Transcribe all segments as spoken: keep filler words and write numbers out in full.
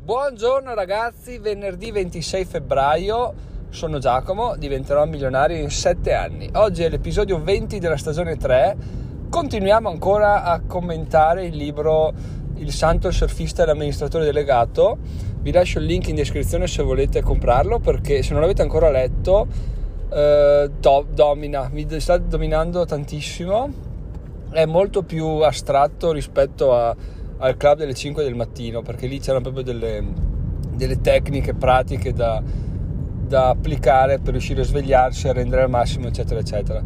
Buongiorno ragazzi, venerdì ventisei febbraio, sono Giacomo, diventerò milionario in sette anni. Oggi è l'episodio venti della stagione tre, continuiamo ancora a commentare il libro Il santo, il surfista e l'amministratore delegato. Vi lascio il link in descrizione se volete comprarlo, perché se non l'avete ancora letto eh, do, domina, mi sta dominando tantissimo, è molto più astratto rispetto a al club delle cinque del mattino, perché lì c'erano proprio delle, delle tecniche pratiche da, da applicare per riuscire a svegliarsi, a rendere al massimo, eccetera eccetera.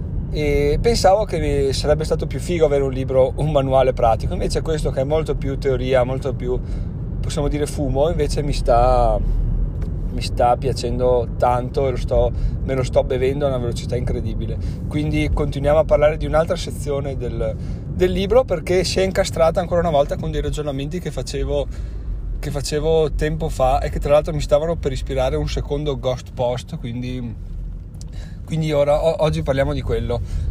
E pensavo che sarebbe stato più figo avere un libro, un manuale pratico, invece questo, che è molto più teoria, molto più, possiamo dire, fumo, invece mi sta mi sta piacendo tanto e lo sto, me lo sto bevendo a una velocità incredibile. Quindi continuiamo a parlare di un'altra sezione del, del libro, perché si è incastrata ancora una volta con dei ragionamenti che facevo che facevo tempo fa e che tra l'altro mi stavano per ispirare un secondo ghost post, quindi, quindi ora o, oggi parliamo di quello.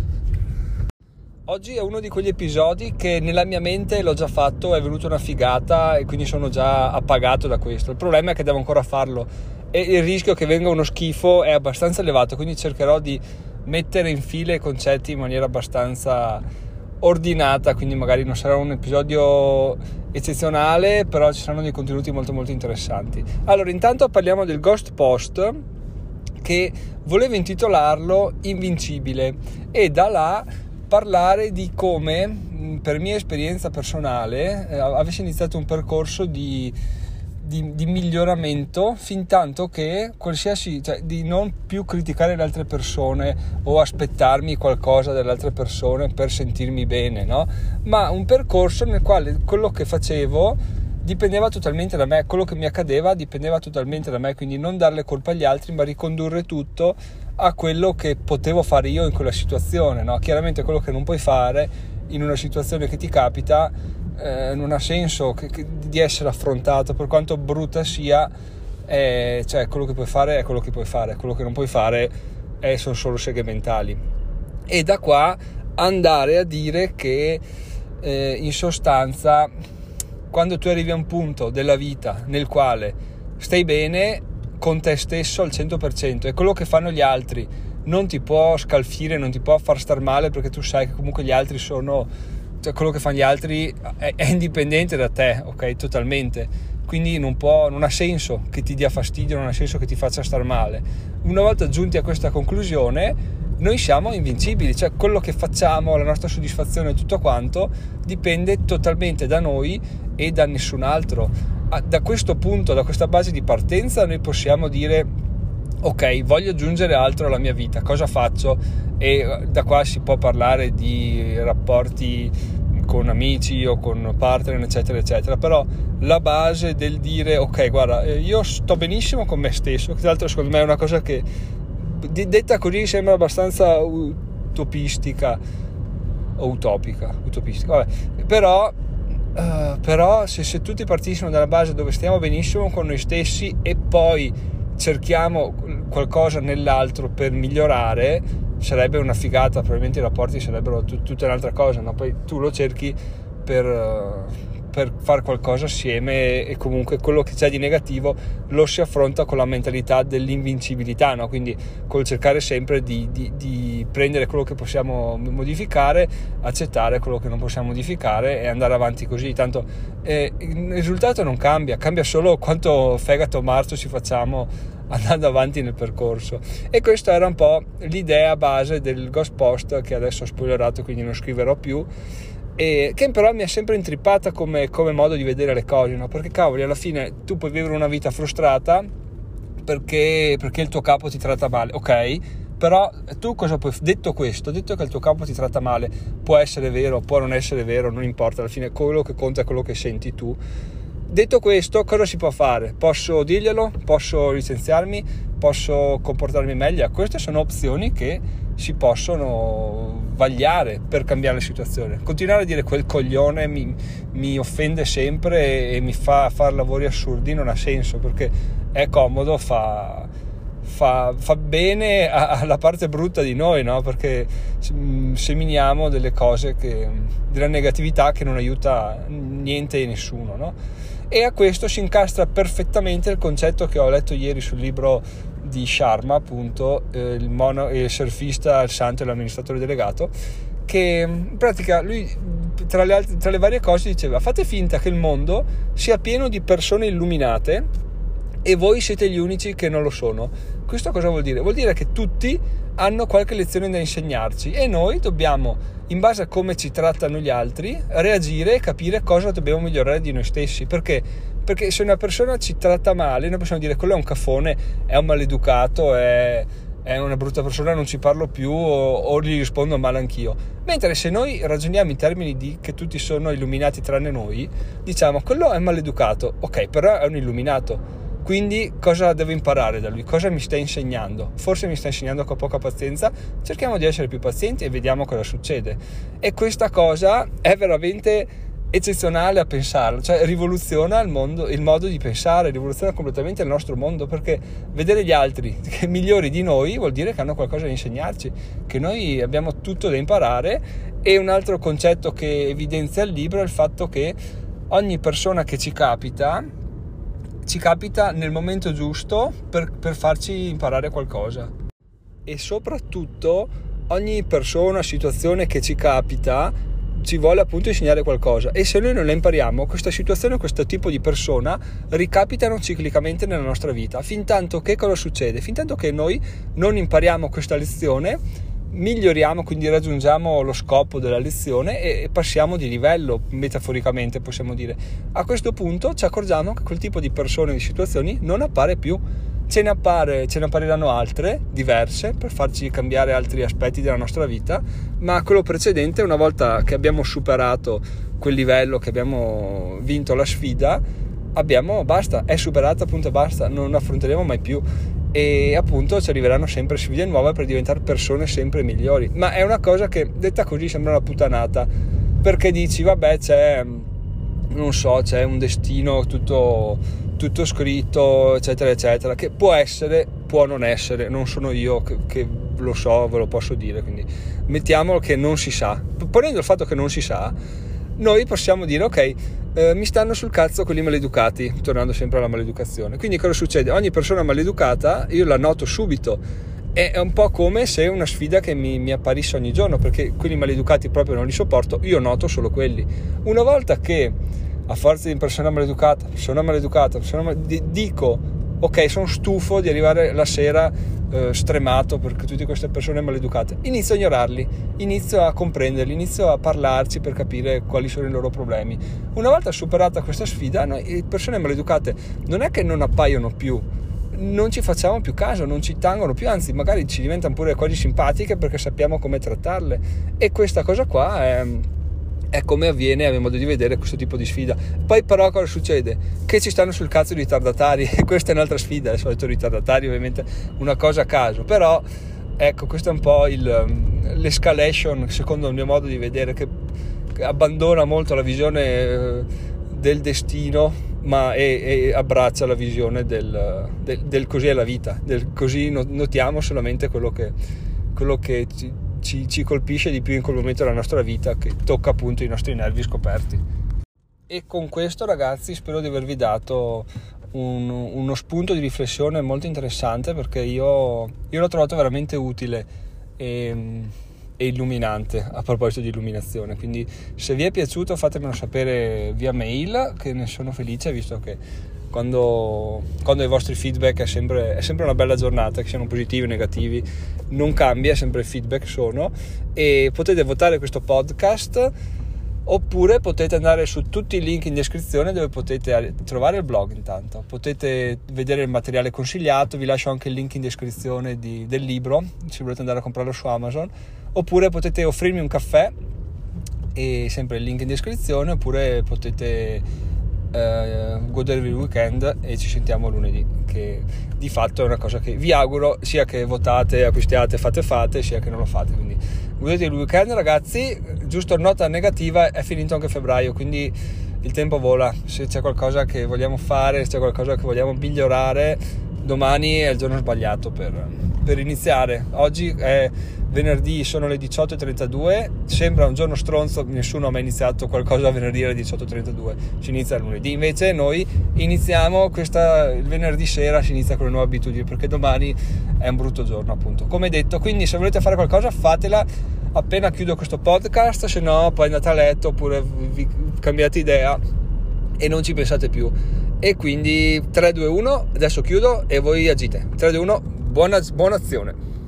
Oggi è uno di quegli episodi che nella mia mente l'ho già fatto, è venuta una figata e quindi sono già appagato da questo. Il problema è che devo ancora farlo e il rischio che venga uno schifo è abbastanza elevato, quindi cercherò di mettere in fila i concetti in maniera abbastanza ordinata, quindi magari non sarà un episodio eccezionale, però ci saranno dei contenuti molto molto interessanti. Allora, intanto parliamo del ghost post, che volevo intitolarlo Invincibile, e da là parlare di come, per mia esperienza personale, eh, avessi iniziato un percorso di, di, di miglioramento, fin tanto che qualsiasi, cioè, di non più criticare le altre persone o aspettarmi qualcosa dalle altre persone per sentirmi bene, no? Ma un percorso nel quale quello che facevo dipendeva totalmente da me, quello che mi accadeva dipendeva totalmente da me, quindi non darle colpa agli altri, ma ricondurre tutto a quello che potevo fare io in quella situazione, no? Chiaramente quello che non puoi fare in una situazione che ti capita eh, non ha senso che, che, di essere affrontato, per quanto brutta sia, eh, cioè quello che puoi fare è quello che puoi fare, quello che non puoi fare è, sono solo seghe mentali. E da qua andare a dire che eh, in sostanza, quando tu arrivi a un punto della vita nel quale stai bene con te stesso al cento per cento e quello che fanno gli altri non ti può scalfire, non ti può far star male, perché tu sai che comunque gli altri sono, cioè quello che fanno gli altri è, è indipendente da te, ok, totalmente, quindi non può, non ha senso che ti dia fastidio, non ha senso che ti faccia star male. Una volta giunti a questa conclusione, noi siamo invincibili, cioè quello che facciamo, la nostra soddisfazione e tutto quanto dipende totalmente da noi e da nessun altro. Da questo punto, da questa base di partenza, noi possiamo dire: ok, voglio aggiungere altro alla mia vita, cosa faccio? E da qua si può parlare di rapporti con amici o con partner, eccetera eccetera, però la base del dire: ok, guarda, io sto benissimo con me stesso, che tra l'altro secondo me è una cosa che detta così sembra abbastanza utopistica o utopica, utopistica, vabbè, però Uh, però se, se tutti partissimo dalla base dove stiamo benissimo con noi stessi e poi cerchiamo qualcosa nell'altro per migliorare, sarebbe una figata. Probabilmente i rapporti sarebbero tut, tutta un'altra cosa, no? Poi tu lo cerchi per, uh, per fare qualcosa assieme e comunque quello che c'è di negativo lo si affronta con la mentalità dell'invincibilità, no? Quindi col cercare sempre di, di, di prendere quello che possiamo modificare, accettare quello che non possiamo modificare e andare avanti così. Tanto eh, il risultato non cambia, cambia solo quanto fegato marcio ci facciamo andando avanti nel percorso. E questa era un po' l'idea base del ghost post, che adesso ho spoilerato, quindi non scriverò più, e che però mi ha sempre intrippata come, come modo di vedere le cose, no? Perché cavoli, alla fine tu puoi vivere una vita frustrata perché, perché il tuo capo ti tratta male, ok, però tu cosa puoi, detto questo, detto che il tuo capo ti tratta male, può essere vero, può non essere vero, non importa, alla fine quello che conta è quello che senti tu. Detto questo, cosa si può fare? Posso dirglielo? Posso licenziarmi? Posso comportarmi meglio? Queste sono opzioni che si possono vagliare per cambiare la situazione. Continuare a dire quel coglione mi, mi offende sempre e mi fa fare lavori assurdi non ha senso, perché è comodo, fa, fa, fa bene alla parte brutta di noi, no? Perché seminiamo delle cose che, della negatività che non aiuta niente e nessuno, no? E a questo si incastra perfettamente il concetto che ho letto ieri sul libro di Sharma, appunto, eh, il, mono, il surfista, il santo e l'amministratore delegato, che in pratica lui tra le, altre, tra le varie cose diceva: fate finta che il mondo sia pieno di persone illuminate e voi siete gli unici che non lo sono. Questo cosa vuol dire? Vuol dire che tutti hanno qualche lezione da insegnarci e noi dobbiamo, in base a come ci trattano gli altri, reagire e capire cosa dobbiamo migliorare di noi stessi. Perché? Perché se una persona ci tratta male, noi possiamo dire quello è un cafone, è un maleducato, è, è una brutta persona, non ci parlo più, o, o gli rispondo male anch'io. Mentre se noi ragioniamo in termini di che tutti sono illuminati tranne noi, diciamo quello è maleducato, ok, però è un illuminato. Quindi cosa devo imparare da lui? Cosa mi sta insegnando? Forse mi sta insegnando con poca pazienza. Cerchiamo di essere più pazienti e vediamo cosa succede. E questa cosa è veramente eccezionale a pensarlo, cioè rivoluziona il mondo, il modo di pensare, rivoluziona completamente il nostro mondo, perché vedere gli altri che migliori di noi vuol dire che hanno qualcosa da insegnarci, che noi abbiamo tutto da imparare. E un altro concetto che evidenzia il libro è il fatto che ogni persona che ci capita ci capita nel momento giusto per, per farci imparare qualcosa. E soprattutto ogni persona, situazione che ci capita ci vuole appunto insegnare qualcosa, e se noi non la impariamo, questa situazione, questo tipo di persona ricapitano ciclicamente nella nostra vita, fin tanto che cosa succede? Fin tanto che noi non impariamo questa lezione, miglioriamo, quindi raggiungiamo lo scopo della lezione e passiamo di livello, metaforicamente possiamo dire. A questo punto ci accorgiamo che quel tipo di persone, di situazioni non appare più, ce ne appare, ce ne appariranno altre diverse per farci cambiare altri aspetti della nostra vita, ma quello precedente, una volta che abbiamo superato quel livello, che abbiamo vinto la sfida, abbiamo basta, è superata, appunto, e basta, non affronteremo mai più. E appunto ci arriveranno sempre sfide nuove per diventare persone sempre migliori. Ma è una cosa che detta così sembra una puttanata, perché dici vabbè, c'è, non so, c'è un destino tutto, tutto scritto, eccetera eccetera, che può essere, può non essere, non sono io che, che lo so, ve lo posso dire, quindi mettiamolo che non si sa. Ponendo il fatto che non si sa, noi possiamo dire ok, eh, mi stanno sul cazzo quelli maleducati, tornando sempre alla maleducazione. Quindi cosa succede? Ogni persona maleducata io la noto subito, è un po' come se una sfida che mi, mi apparisse ogni giorno, perché quelli maleducati proprio non li sopporto, io noto solo quelli. Una volta che a forza di persona maleducata, persona maleducata, persona maleducata, dico ok, sono stufo di arrivare la sera eh, stremato perché tutte queste persone maleducate, inizio a ignorarli, inizio a comprenderli, inizio a parlarci per capire quali sono i loro problemi. Una volta superata questa sfida, noi persone maleducate non è che non appaiono più, non ci facciamo più caso, non ci tangono più, anzi magari ci diventano pure quasi simpatiche perché sappiamo come trattarle. E questa cosa qua è, è come avviene a mio modo di vedere questo tipo di sfida. Poi però cosa succede? Che ci stanno sul cazzo i ritardatari, e questa è un'altra sfida, il solito ritardatari, ovviamente una cosa a caso, però ecco, questo è un po' il, l'escalation secondo il mio modo di vedere, che, che abbandona molto la visione eh, del destino, ma e, e abbraccia la visione del, del, del così è la vita, del così notiamo solamente quello che, quello che ci, ci, ci colpisce di più in quel momento della nostra vita, che tocca appunto i nostri nervi scoperti. E con questo, ragazzi, spero di avervi dato un, uno spunto di riflessione molto interessante, perché io, io l'ho trovato veramente utile e, e illuminante a proposito di illuminazione. Quindi se vi è piaciuto fatemelo sapere via mail, che ne sono felice, visto che quando, quando i vostri feedback è sempre, è sempre una bella giornata, che siano positivi o negativi non cambia, è sempre feedback sono. E potete votare questo podcast, oppure potete andare su tutti i link in descrizione, dove potete trovare il blog. Intanto potete vedere il materiale consigliato, vi lascio anche il link in descrizione di, del libro se volete andare a comprarlo su Amazon, oppure potete offrirmi un caffè, e sempre il link in descrizione, oppure potete eh, godervi il weekend e ci sentiamo lunedì, che di fatto è una cosa che vi auguro, sia che votate, acquistiate, fate fate, sia che non lo fate. Quindi godete il weekend, ragazzi. Giusto, nota negativa, è finito anche febbraio, quindi il tempo vola. Se c'è qualcosa che vogliamo fare, se c'è qualcosa che vogliamo migliorare, domani è il giorno sbagliato per per iniziare. Oggi è venerdì, sono le diciotto e trentadue, sembra un giorno stronzo, nessuno ha mai iniziato qualcosa venerdì alle diciotto e trentadue, si inizia lunedì, invece noi iniziamo questa, il venerdì sera si inizia con le nuove abitudini, perché domani è un brutto giorno, appunto, come detto. Quindi se volete fare qualcosa fatela appena chiudo questo podcast, se no poi andate a letto oppure vi cambiate idea e non ci pensate più. E quindi tre due uno, adesso chiudo e voi agite. tre due uno, buona, buona azione.